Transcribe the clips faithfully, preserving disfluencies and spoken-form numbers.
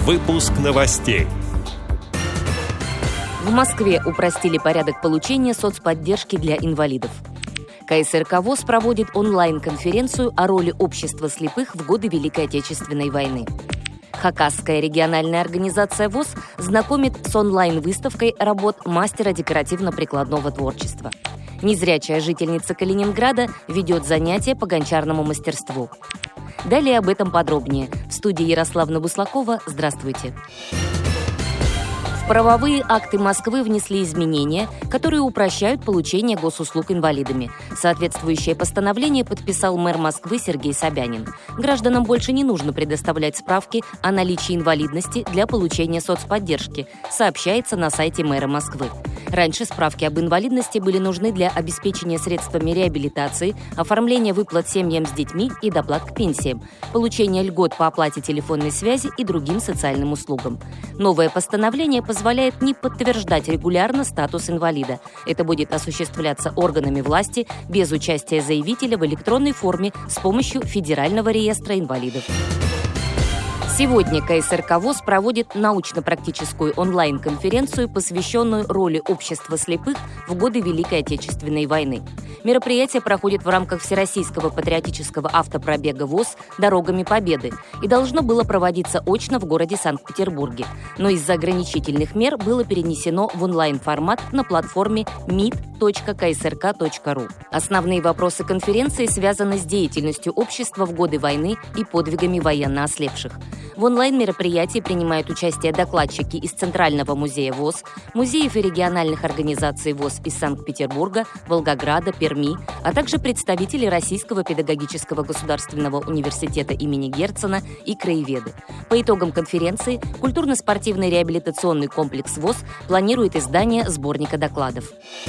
Выпуск новостей. В Москве упростили порядок получения соцподдержки для инвалидов. ка эс эр ка ВОС проводит онлайн-конференцию о роли общества слепых в годы Великой Отечественной войны. Хакасская региональная организация ВОС знакомит с онлайн-выставкой работ мастера декоративно-прикладного творчества. Незрячая жительница Калининграда ведет занятия по гончарному мастерству. Далее об этом подробнее. В студии Ярославна Буслакова. Здравствуйте. В правовые акты Москвы внесли изменения, которые упрощают получение госуслуг инвалидами. Соответствующее постановление подписал мэр Москвы Сергей Собянин. Гражданам больше не нужно предоставлять справки о наличии инвалидности для получения соцподдержки, сообщается на сайте мэра Москвы. Раньше справки об инвалидности были нужны для обеспечения средствами реабилитации, оформления выплат семьям с детьми и доплат к пенсиям, получения льгот по оплате телефонной связи и другим социальным услугам. Новое постановление позволяет не подтверждать регулярно статус инвалида. Это будет осуществляться органами власти без участия заявителя в электронной форме с помощью Федерального реестра инвалидов. Сегодня ка эс эр ка ВОС проводит научно-практическую онлайн-конференцию, посвященную роли общества слепых в годы Великой Отечественной войны. Мероприятие проходит в рамках Всероссийского патриотического автопробега ВОС «Дорогами Победы» и должно было проводиться очно в городе Санкт-Петербурге. Но из-за ограничительных мер было перенесено в онлайн-формат на платформе мит точка ка эс эр ка точка ру. Основные вопросы конференции связаны с деятельностью общества в годы войны и подвигами военно ослепших. В онлайн-мероприятии принимают участие докладчики из Центрального музея ВОС, музеев и региональных организаций ВОС из Санкт-Петербурга, Волгограда, Перми, а также представители Российского педагогического государственного университета имени Герцена и краеведы. По итогам конференции культурно-спортивный реабилитационный комплекс ВОС планирует издание сборника докладов.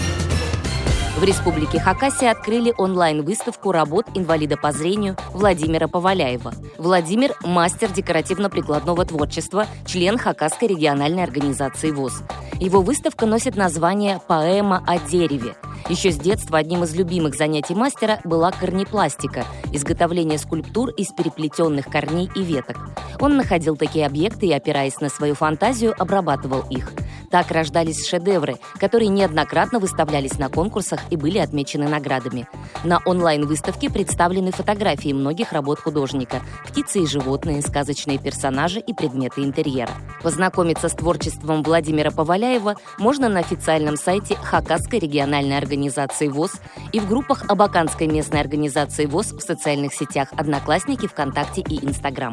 В Республике Хакасия открыли онлайн-выставку работ инвалида по зрению Владимира Поваляева. Владимир – мастер декоративно-прикладного творчества, член Хакасской региональной организации ВОС. Его выставка носит название «Поэма о дереве». Еще с детства одним из любимых занятий мастера была корнепластика – изготовление скульптур из переплетенных корней и веток. Он находил такие объекты и, опираясь на свою фантазию, обрабатывал их. Так рождались шедевры, которые неоднократно выставлялись на конкурсах и были отмечены наградами. На онлайн-выставке представлены фотографии многих работ художника, птицы и животные, сказочные персонажи и предметы интерьера. Познакомиться с творчеством Владимира Поваляева можно на официальном сайте Хакасской региональной организации ВОС и в группах Абаканской местной организации ВОС в социальных сетях «Одноклассники», ВКонтакте и Инстаграм.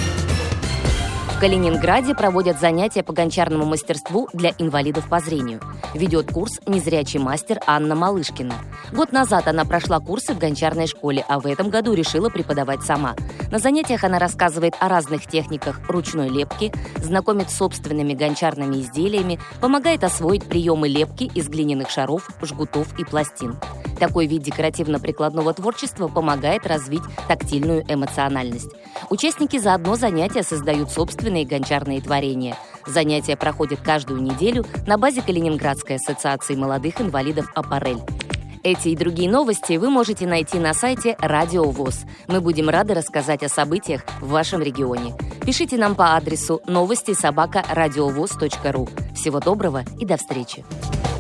В Калининграде проводят занятия по гончарному мастерству для инвалидов по зрению. Ведет курс незрячий мастер Анна Малышкина. Год назад она прошла курсы в гончарной школе, а в этом году решила преподавать сама. На занятиях она рассказывает о разных техниках ручной лепки, знакомит с собственными гончарными изделиями, помогает освоить приемы лепки из глиняных шаров, жгутов и пластин. Такой вид декоративно-прикладного творчества помогает развить тактильную эмоциональность. Участники за одно занятие создают собственные гончарные творения. Занятия проходят каждую неделю на базе Калининградской ассоциации молодых инвалидов «Аппарель». Эти и другие новости вы можете найти на сайте Радио ВОС. Мы будем рады рассказать о событиях в вашем регионе. Пишите нам по адресу новости собака радиовос точка ру. Всего доброго и до встречи!